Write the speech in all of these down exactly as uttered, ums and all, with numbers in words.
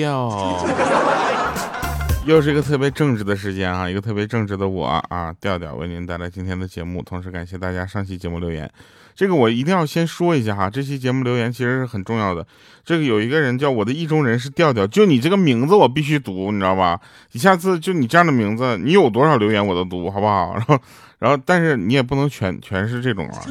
调。又是一个特别正直的时间啊，一个特别正直的我啊，调调为您带来今天的节目，同时感谢大家上期节目留言。这个我一定要先说一下哈，这期节目留言其实是很重要的。这个有一个人叫我的意中人是调调，就你这个名字我必须读，你知道吧？你下次就你这样的名字，你有多少留言我都读，好不好？然后，然后，但是你也不能全全是这种啊。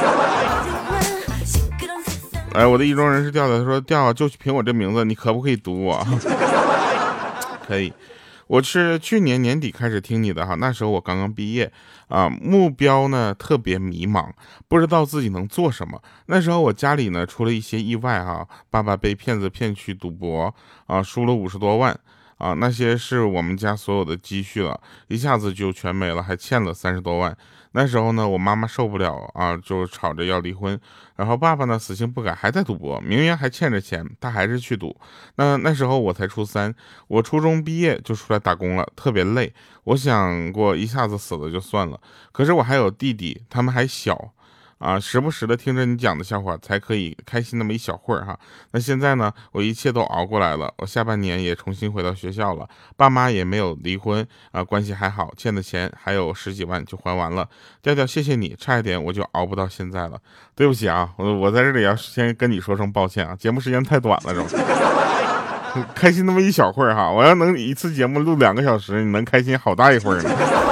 哎，我的意中人是调调，他说调就凭我这名字，你可不可以读我？可以。我是去年年底开始听你的哈，那时候我刚刚毕业啊，目标呢特别迷茫，不知道自己能做什么。那时候我家里呢出了一些意外哈，爸爸被骗子骗去赌博啊，输了五十多万啊，那些是我们家所有的积蓄了，一下子就全没了，还欠了三十多万。那时候呢，我妈妈受不了啊，就吵着要离婚。然后爸爸呢，死性不改，还在赌博，明明还欠着钱，他还是去赌。那那时候我才初三，我初中毕业就出来打工了，特别累。我想过一下子死了就算了，可是我还有弟弟，他们还小。啊，时不时的听着你讲的笑话，才可以开心那么一小会儿哈。那现在呢，我一切都熬过来了，我下半年也重新回到学校了，爸妈也没有离婚啊，关系还好，欠的钱还有十几万就还完了。调调，谢谢你，差一点我就熬不到现在了，对不起啊，我我在这里要先跟你说声抱歉啊，节目时间太短了，是吧？开心那么一小会儿哈，我要能一次节目录两个小时，你能开心好大一会儿呢。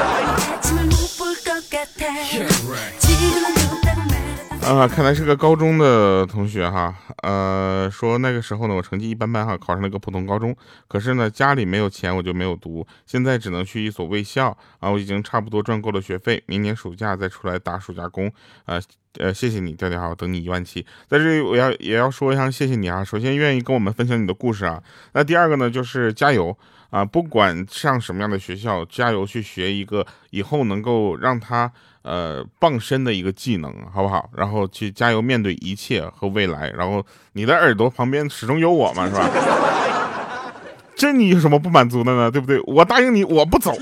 啊，看来是个高中的同学哈，呃，说那个时候呢，我成绩一般般哈，考上了个普通高中，可是呢，家里没有钱，我就没有读，现在只能去一所卫校啊，我已经差不多赚够了学费，明年暑假再出来打暑假工，呃呃，谢谢你，调调好，等你一万七，在这里我要也要说一下谢谢你啊，首先愿意跟我们分享你的故事啊，那第二个呢就是加油啊，不管上什么样的学校，加油去学一个以后能够让他。呃，傍身的一个技能，好不好？然后去加油面对一切和未来。然后你的耳朵旁边始终有我嘛，是吧？这你有什么不满足的呢？对不对？我答应你，我不走。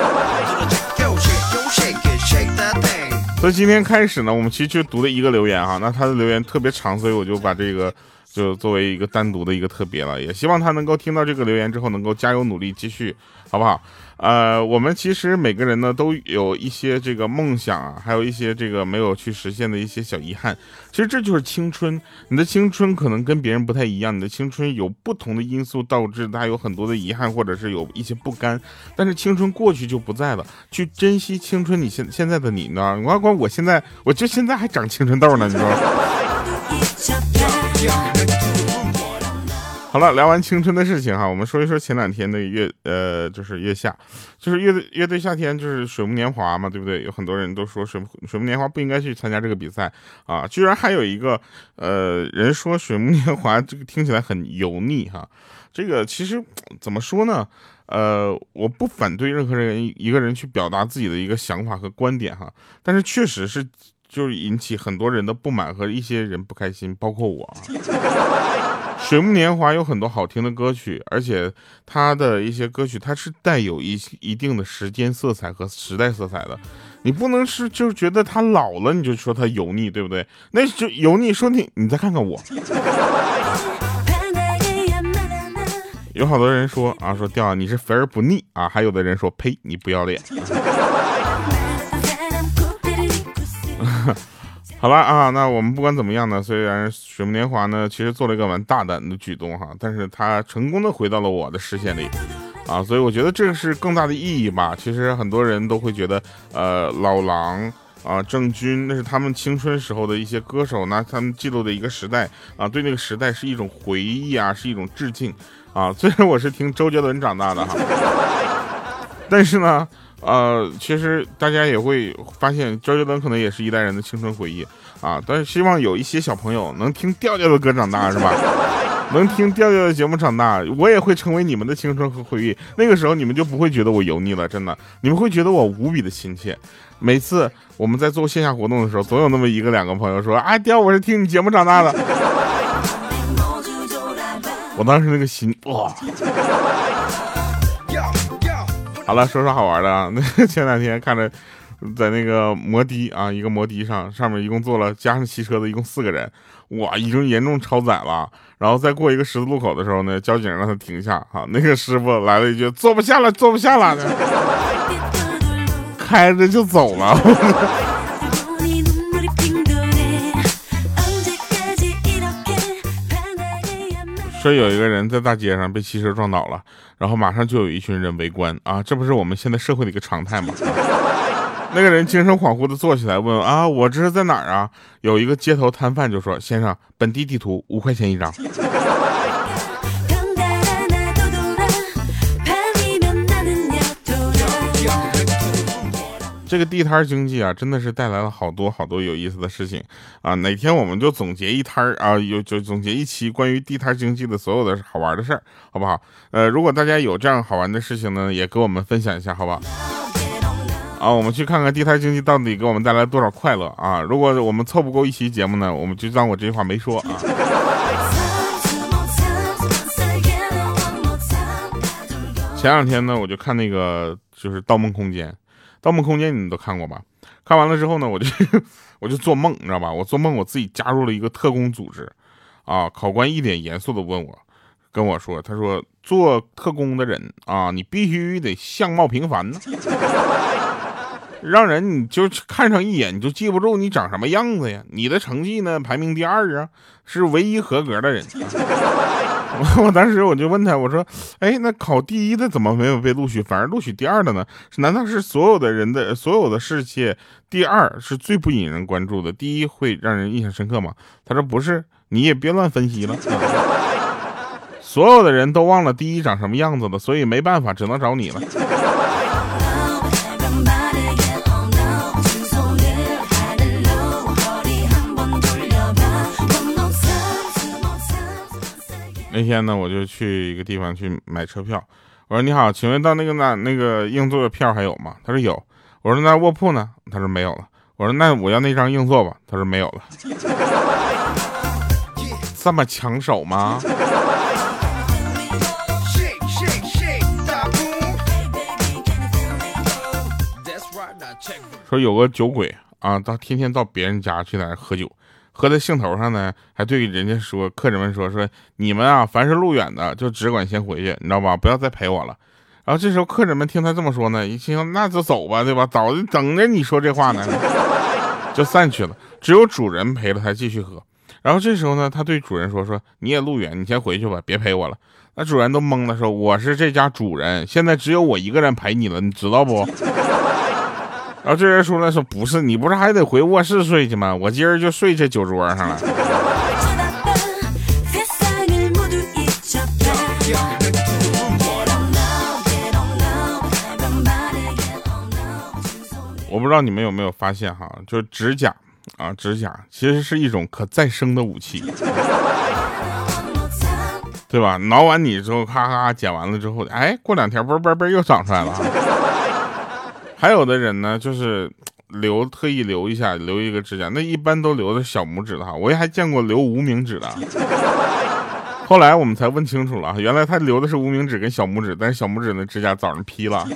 所以今天开始呢，我们其实就读了一个留言哈，那他的留言特别长，所以我就把这个就作为一个单独的一个特别了，也希望他能够听到这个留言之后能够加油努力继续，好不好？呃，我们其实每个人呢都有一些这个梦想啊，还有一些这个没有去实现的一些小遗憾。其实这就是青春，你的青春可能跟别人不太一样，你的青春有不同的因素导致它有很多的遗憾，或者是有一些不甘。但是青春过去就不在了，去珍惜青春。你现现在的你呢？我管我现在，我就现在还长青春痘呢，你说？好了，聊完青春的事情哈，我们说一说前两天的月呃，就是月下，就是乐队乐队夏天，就是水木年华嘛，对不对？有很多人都说水水木年华不应该去参加这个比赛啊，居然还有一个呃人说水木年华这个听起来很油腻哈，这个其实怎么说呢？呃，我不反对任何人一个人去表达自己的一个想法和观点哈，但是确实是就是引起很多人的不满和一些人不开心，包括我。水木年华有很多好听的歌曲，而且它的一些歌曲它是带有一一定的时间色彩和时代色彩的，你不能是就觉得它老了你就说它油腻，对不对？那就油腻，说你你再看看我。有好多人说啊，说调你是肥而不腻啊，还有的人说呸，你不要脸。好了啊，那我们不管怎么样呢，虽然水木年华呢其实做了一个蛮大胆的举动哈，但是他成功的回到了我的视线里啊，所以我觉得这是更大的意义吧。其实很多人都会觉得呃老狼啊郑钧那是他们青春时候的一些歌手，那他们记录的一个时代啊，对那个时代是一种回忆啊，是一种致敬啊。虽然我是听周杰伦长大的哈，但是呢呃，其实大家也会发现，周杰伦可能也是一代人的青春回忆啊。但是希望有一些小朋友能听调调的歌长大，是吧？能听调调的节目长大，我也会成为你们的青春和回忆。那个时候你们就不会觉得我油腻了，真的，你们会觉得我无比的亲切。每次我们在做线下活动的时候，总有那么一个两个朋友说：“啊，调，我是听你节目长大的。”我当时那个心哇！好了，说说好玩的啊。那前两天看着在那个摩的啊，一个摩的上，上面一共坐了加上骑车的一共四个人，哇，已经严重超载了。然后再过一个十字路口的时候呢，交警让他停下，哈，那个师傅来了一句坐不下了，坐不下了，开着就走了。说有一个人在大街上被汽车撞倒了，然后马上就有一群人围观啊，这不是我们现在社会的一个常态吗？那个人精神恍惚的坐起来问啊，我这是在哪儿啊？有一个街头摊贩就说，先生，本地地图五块钱一张。这个地摊经济啊，真的是带来了好多好多有意思的事情啊！哪天我们就总结一摊啊，有就总结一期关于地摊经济的所有的好玩的事儿，好不好？呃，如果大家有这样好玩的事情呢，也给我们分享一下，好不好？啊，我们去看看地摊经济到底给我们带来多少快乐啊！如果我们凑不够一期节目呢，我们就当我这句话没说啊。前两天呢，我就看那个就是《盗梦空间》。盗梦空间你们都看过吧？看完了之后呢，我就我就做梦，你知道吧？我做梦我自己加入了一个特工组织，啊，考官一脸严肃的问我，跟我说，他说做特工的人啊，你必须得相貌平凡呢，让人你就看上一眼你就记不住你长什么样子呀，你的成绩呢排名第二啊，是唯一合格的人。我当时我就问他，我说，哎，那考第一的怎么没有被录取，反而录取第二的呢？难道是所有的人的所有的世界，第二是最不引人关注的，第一会让人印象深刻吗？他说不是，你也别乱分析了。所有的人都忘了第一长什么样子了，所以没办法，只能找你了。那天呢，我就去一个地方去买车票。我说你好，请问到那个那那个硬座的票还有吗？他说有。我说那卧铺呢？他说没有了。我说那我要那张硬座吧。他说没有了。这么抢手吗？说有个酒鬼啊，到天天到别人家去在那喝酒。喝在兴头上呢，还对人家说，客人们说说你们啊，凡是路远的就只管先回去，你知道吧？不要再陪我了。然后这时候客人们听他这么说呢，一听那就走吧，对吧？早就等着你说这话呢，就散去了。只有主人陪了他继续喝。然后这时候呢，他对主人说说你也路远，你先回去吧，别陪我了。那主人都懵了，说我是这家主人，现在只有我一个人陪你了，你知道不？然后这人说了，说不是，你不是还得回卧室睡去吗？我今儿就睡这酒桌上了。我不知道你们有没有发现哈，就是指甲啊，指甲其实是一种可再生的武器，对吧？挠完你之后，咔咔剪完了之后，哎，过两天嘣嘣嘣又长出来了。还有的人呢，就是留特意留一下，留一个指甲，那一般都留的小拇指的哈，我也还见过留无名指的。后来我们才问清楚了，原来他留的是无名指跟小拇指，但是小拇指的指甲早上劈了。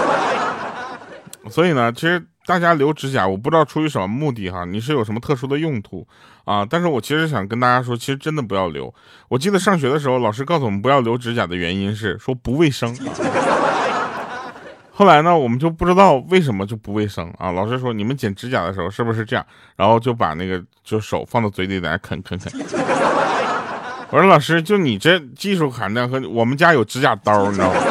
所以呢，其实大家留指甲，我不知道出于什么目的哈，你是有什么特殊的用途啊？但是我其实想跟大家说，其实真的不要留。我记得上学的时候，老师告诉我们不要留指甲的原因是说不卫生。后来呢，我们就不知道为什么就不卫生啊。老师说你们剪指甲的时候是不是这样，然后就把那个就手放到嘴里在那啃啃啃。我说老师，就你这技术含量和我们家有指甲刀，你知道吗？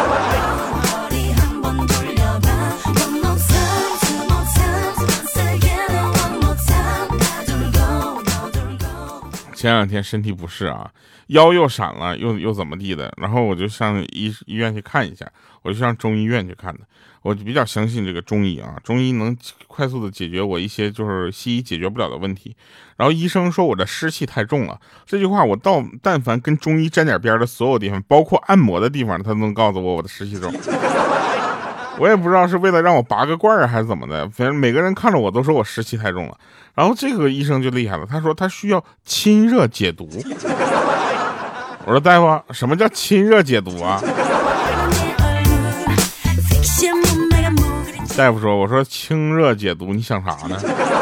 前两天身体不适啊，腰又闪了，又又怎么地的，然后我就上医医院去看一下，我就上中医院去看的。我比较相信这个中医啊，中医能快速的解决我一些就是西医解决不了的问题。然后医生说我的湿气太重了，这句话我到但凡跟中医沾点边的所有地方，包括按摩的地方，他都能告诉我我的湿气重。我也不知道是为了让我拔个罐还是怎么的，反正每个人看着我都说我湿气太重了。然后这个医生就厉害了，他说他需要清热解毒。我说大夫，什么叫清热解毒啊？ 大夫说，我说清热解毒，你想啥呢？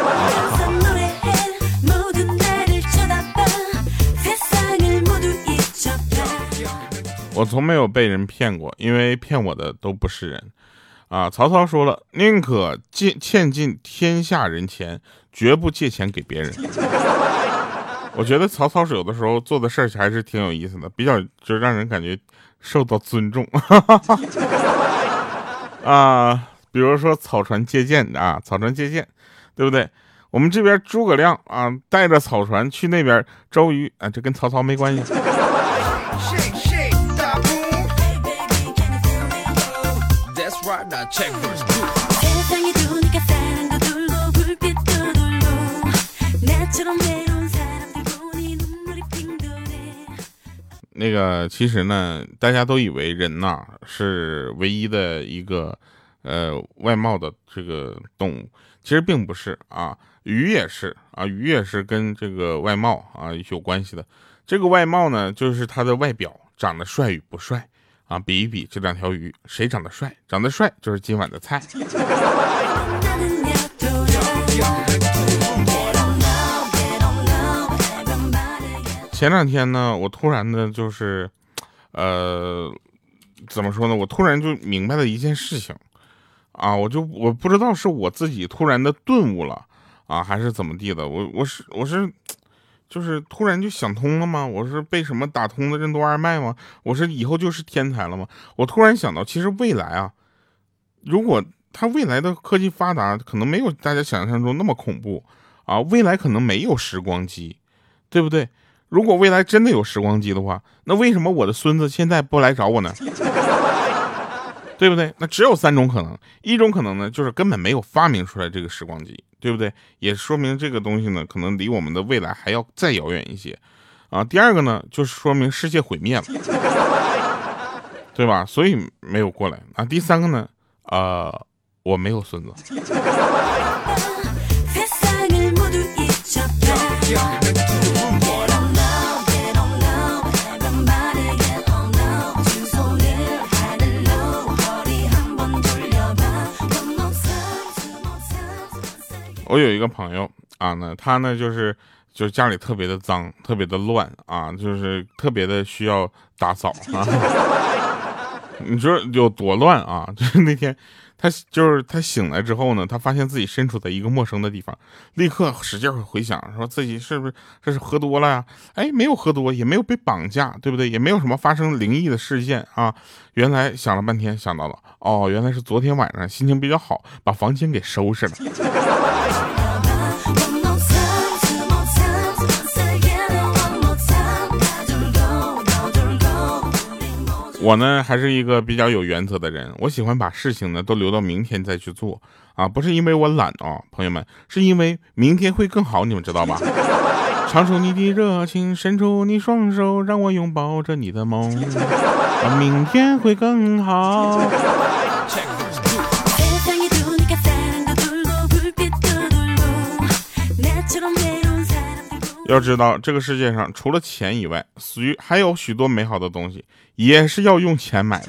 我从没有被人骗过，因为骗我的都不是人。啊，曹操说了，宁可借欠尽天下人钱，绝不借钱给别人。我觉得曹操有的时候做的事儿还是挺有意思的，比较就让人感觉受到尊重。啊，比如说草船借箭啊，草船借箭，对不对？我们这边诸葛亮啊，带着草船去那边周瑜啊，这跟曹操没关系。那个其实呢，大家都以为人呐是唯一的一个呃外貌的这个动物，其实并不是啊，鱼也是啊，鱼也是跟这个外貌啊有关系的。这个外貌呢，就是它的外表长得帅与不帅啊，比一比这两条鱼，谁长得帅？长得帅就是今晚的菜。前两天呢，我突然的就是，呃，怎么说呢？我突然就明白了一件事情，啊，我就我不知道是我自己突然的顿悟了啊，还是怎么地的？我我是我是，就是突然就想通了吗？我是被什么打通的任督二脉吗？我是以后就是天才了吗？我突然想到，其实未来啊，如果它未来的科技发达，可能没有大家想象中那么恐怖啊，未来可能没有时光机，对不对？如果未来真的有时光机的话，那为什么我的孙子现在不来找我呢？对不对？那只有三种可能，一种可能呢，就是根本没有发明出来这个时光机，对不对？也说明这个东西呢，可能离我们的未来还要再遥远一些啊。第二个呢，就是说明世界毁灭了，对吧？所以没有过来啊。第三个呢，呃，我没有孙子。我有一个朋友啊，呢，他呢就是就家里特别的脏，特别的乱啊，就是特别的需要打扫啊。你说有多乱啊？就是那天他就是他醒来之后呢，他发现自己身处在一个陌生的地方，立刻使劲回想，说自己是不是这是喝多了呀？哎，没有喝多，也没有被绑架，对不对？也没有什么发生灵异的事件啊。原来想了半天想到了，哦，原来是昨天晚上心情比较好，把房间给收拾了。我呢还是一个比较有原则的人，我喜欢把事情呢都留到明天再去做啊，不是因为我懒啊，朋友们，是因为明天会更好，你们知道吧？唱出你的热情，伸出你双手，让我拥抱着你的梦，明天会更好。要知道这个世界上除了钱以外，死于还有许多美好的东西也是要用钱买的，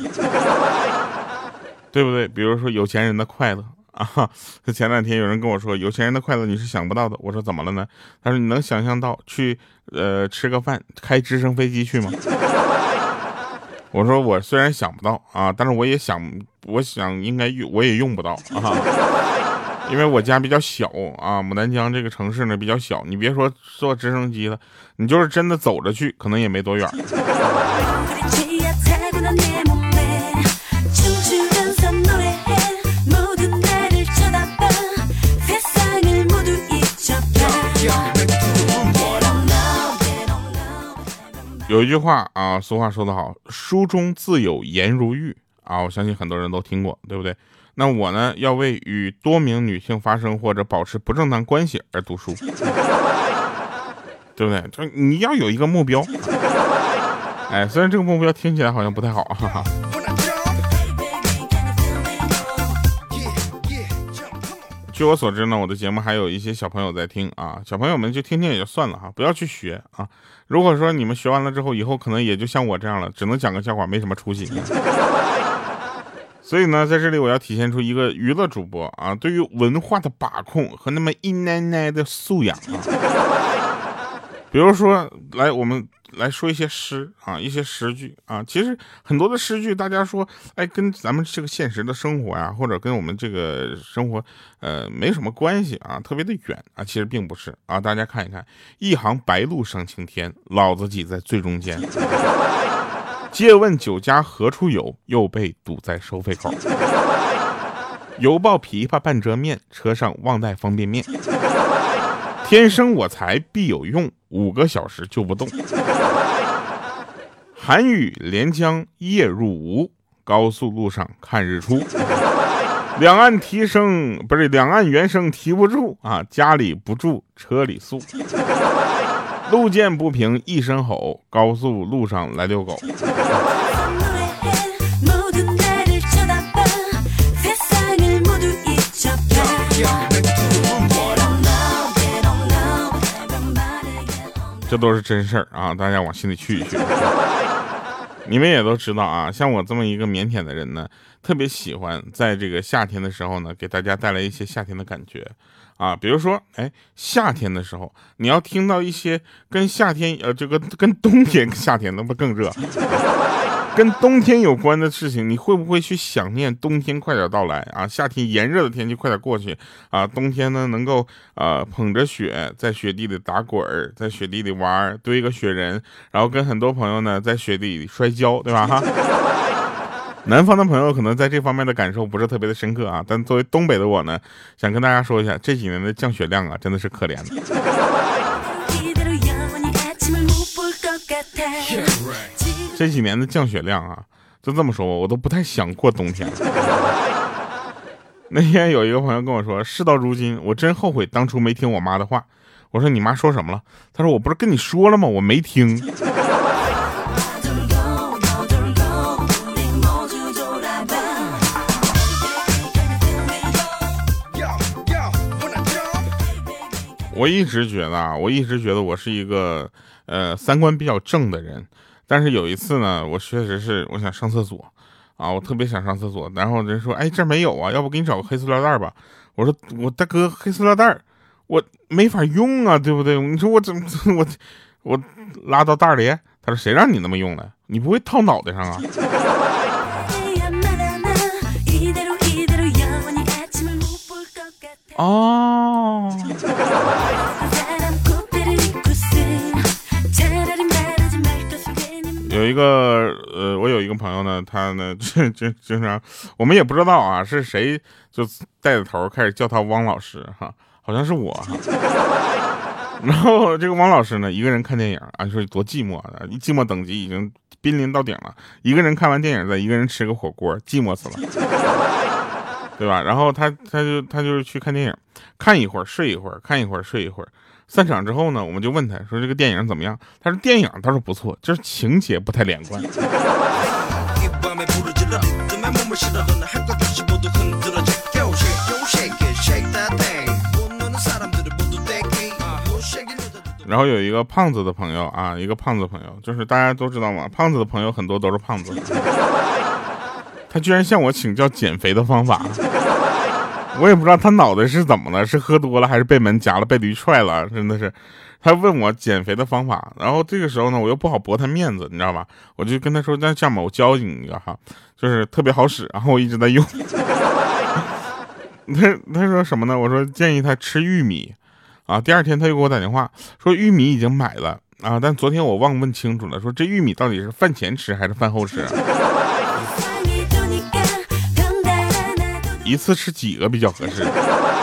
对不对？比如说有钱人的快乐啊，前两天有人跟我说有钱人的快乐你是想不到的，我说怎么了呢？他说你能想象到去呃吃个饭开直升飞机去吗？我说我虽然想不到啊，但是我也想我想应该用我也用不到啊，因为我家比较小啊，牡丹江这个城市呢比较小，你别说坐直升机了，你就是真的走着去可能也没多远。有一句话啊，俗话说得好，书中自有颜如玉啊，我相信很多人都听过，对不对？那我呢，要为与多名女性发生或者保持不正当关系而读书，对不对？就你要有一个目标。哎，虽然这个目标听起来好像不太好，哈哈。据我所知呢，我的节目还有一些小朋友在听啊，小朋友们就听听也就算了哈，不要去学啊。如果说你们学完了之后，以后可能也就像我这样了，只能讲个笑话，没什么出息。所所以呢，在这里我要体现出一个娱乐主播啊，对于文化的把控和那么一奶奶的素养啊。比如说，来我们来说一些诗啊，一些诗句啊。其实很多的诗句，大家说，哎，跟咱们这个现实的生活呀、啊，或者跟我们这个生活，呃，没什么关系啊，特别的远啊。其实并不是啊。大家看一看，一行白鹭上青天，老子挤在最中间。借问酒家何处有？又被堵在收费口。犹抱琵琶半遮面，车上忘带方便面。天生我材必有用，五个小时就不动。寒雨连江夜入吴，高速路上看日出。两岸提升不是两岸猿声提不住啊，家里不住车里宿。路见不平一声吼，高速路上来遛狗。这都是真事儿啊，大家往心里去一去。你们也都知道啊，像我这么一个腼腆的人呢，特别喜欢在这个夏天的时候呢，给大家带来一些夏天的感觉啊。比如说，哎，夏天的时候，你要听到一些跟夏天呃，这个跟冬天、夏天那不更热，跟冬天有关的事情，你会不会去想念冬天快点到来啊？夏天炎热的天气快点过去啊！冬天呢，能够呃捧着雪在雪地里打滚儿，在雪地里玩，堆个雪人，然后跟很多朋友呢在雪地里摔跤，对吧？哈。南方的朋友可能在这方面的感受不是特别的深刻啊，但作为东北的我呢，想跟大家说一下，这几年的降雪量啊，真的是可怜的。这几年的降雪量啊，就这么说吧，我都不太想过冬天了。那天有一个朋友跟我说，事到如今，我真后悔当初没听我妈的话。我说你妈说什么了？他说我不是跟你说了吗？我没听。我一直觉得啊，我一直觉得我是一个呃三观比较正的人。但是有一次呢，我确实是我想上厕所啊，我特别想上厕所，然后人说，哎，这没有啊，要不给你找个黑塑料袋吧？我说我大哥，黑塑料袋我没法用啊，对不对？你说我怎么我我拉到袋里？他说谁让你那么用的？你不会套脑袋上啊？哦。有一个呃，我有一个朋友呢，他呢，这这经常，我们也不知道啊，是谁就带着头开始叫他汪老师哈，好像是我哈。然后这个汪老师呢，一个人看电影啊，说多寂寞啊，寂寞等级已经濒临到顶了。一个人看完电影，再一个人吃个火锅，寂寞死了，对吧？然后他他就他就是去看电影，看一会儿睡一会儿，看一会儿睡一会儿。散场之后呢，我们就问他说这个电影怎么样？他说电影倒是不错，就是情节不太连贯。然后有一个胖子的朋友啊，一个胖子朋友，就是大家都知道嘛，胖子的朋友很多都是胖子。他居然向我请教减肥的方法。我也不知道他脑袋是怎么了，是喝多了还是被门夹了，被驴踹了，真的是。他问我减肥的方法，然后这个时候呢，我又不好驳他面子，你知道吧？我就跟他说，那这样吧，我教你一个哈，就是特别好使，然后我一直在用。他他说什么呢？我说建议他吃玉米啊。第二天他又给我打电话说玉米已经买了啊，但昨天我忘问清楚了，说这玉米到底是饭前吃还是饭后吃啊？一次吃几个比较合适？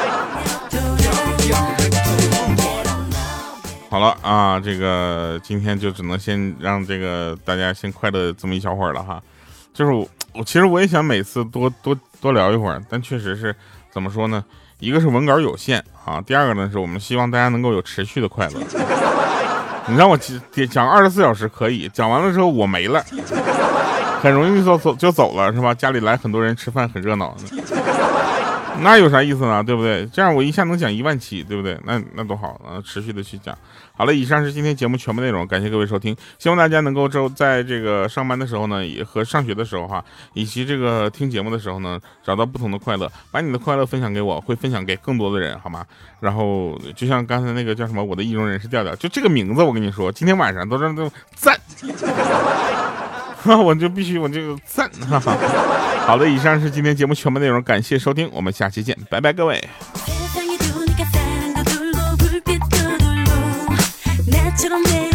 好了啊，这个今天就只能先让这个大家先快乐这么一小会儿了哈。就是我，我其实我也想每次多多多聊一会儿，但确实是怎么说呢？一个是文稿有限啊，第二个呢是我们希望大家能够有持续的快乐。你让我讲二十四小时可以，讲完了之后我没了。很容易就走就走了是吧？家里来很多人吃饭很热闹， 那有啥意思呢？对不对？这样我一下能讲一万期，对不对？那那多好啊！持续的去讲。好了，以上是今天节目全部内容，感谢各位收听，希望大家能够周在这个上班的时候呢，也和上学的时候哈，以及这个听节目的时候呢，找到不同的快乐，把你的快乐分享给我，会分享给更多的人，好吗？然后就像刚才那个叫什么，我的意中人是调调，就这个名字，我跟你说，今天晚上都让都赞。我就必须我这个赞。好的，以上是今天节目全部内容，感谢收听，我们下期见，拜拜，各位。 나처럼 내